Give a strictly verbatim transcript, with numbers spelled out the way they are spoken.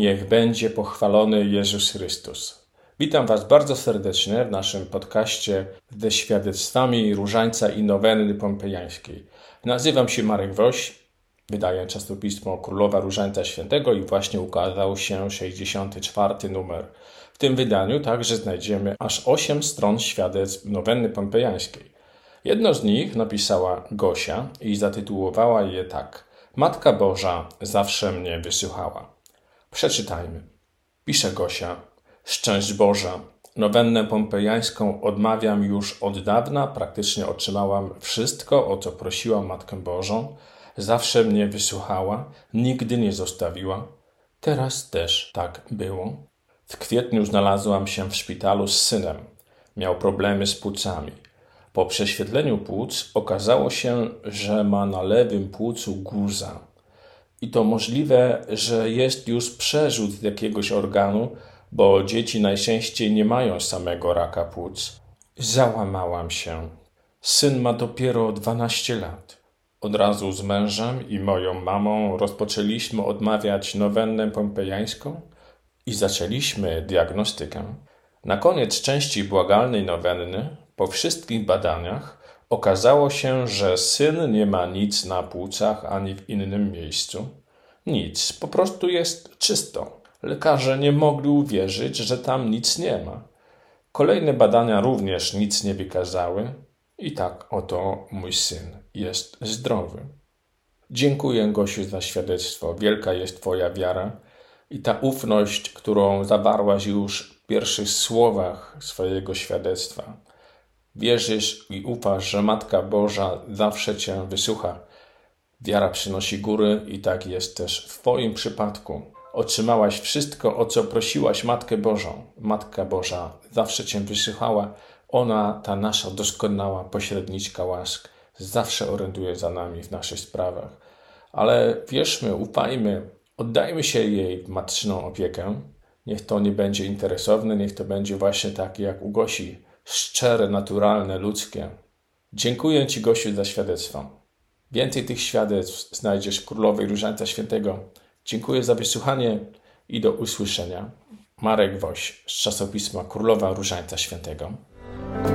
Niech będzie pochwalony Jezus Chrystus. Witam Was bardzo serdecznie w naszym podcaście ze świadectwami Różańca i Nowenny Pompejańskiej. Nazywam się Marek Woś, wydaję czasopismo Królowa Różańca Świętego i właśnie ukazał się sześćdziesiąty czwarty numer. W tym wydaniu także znajdziemy aż osiem stron świadectw Nowenny Pompejańskiej. Jedno z nich napisała Gosia i zatytułowała je tak: Matka Boża zawsze mnie wysłuchała. Przeczytajmy. Pisze Gosia: Szczęść Boża, nowennę pompejańską odmawiam już od dawna, praktycznie otrzymałam wszystko, o co prosiłam Matkę Bożą. Zawsze mnie wysłuchała, nigdy nie zostawiła. Teraz też tak było. W kwietniu znalazłam się w szpitalu z synem. Miał problemy z płucami. Po prześwietleniu płuc okazało się, że ma na lewym płucu guza. I to możliwe, że jest już przerzut z jakiegoś organu, bo dzieci najczęściej nie mają samego raka płuc. Załamałam się. Syn ma dopiero dwanaście lat. Od razu z mężem i moją mamą rozpoczęliśmy odmawiać nowennę pompejańską i zaczęliśmy diagnostykę. Na koniec części błagalnej nowenny, po wszystkich badaniach, okazało się, że syn nie ma nic na płucach ani w innym miejscu. Nic, po prostu jest czysto. Lekarze nie mogli uwierzyć, że tam nic nie ma. Kolejne badania również nic nie wykazały i tak oto mój syn jest zdrowy. Dziękuję, Gosiu, za świadectwo. Wielka jest Twoja wiara i ta ufność, którą zawarłaś już w pierwszych słowach swojego świadectwa. Wierzysz i ufasz, że Matka Boża zawsze Cię wysłucha. Wiara przynosi góry i tak jest też w Twoim przypadku. Otrzymałaś wszystko, o co prosiłaś Matkę Bożą. Matka Boża zawsze Cię wysłuchała. Ona, ta nasza doskonała pośredniczka łask, zawsze oręduje za nami w naszych sprawach. Ale wierzmy, ufajmy, oddajmy się jej w matczyną opiekę. Niech to nie będzie interesowne, niech to będzie właśnie takie jak u Gosi, szczere, naturalne, ludzkie. Dziękuję Ci, Gosiu, za świadectwo. Więcej tych świadectw znajdziesz w Królowej Różańca Świętego. Dziękuję za wysłuchanie i do usłyszenia. Marek Woś z czasopisma Królowa Różańca Świętego.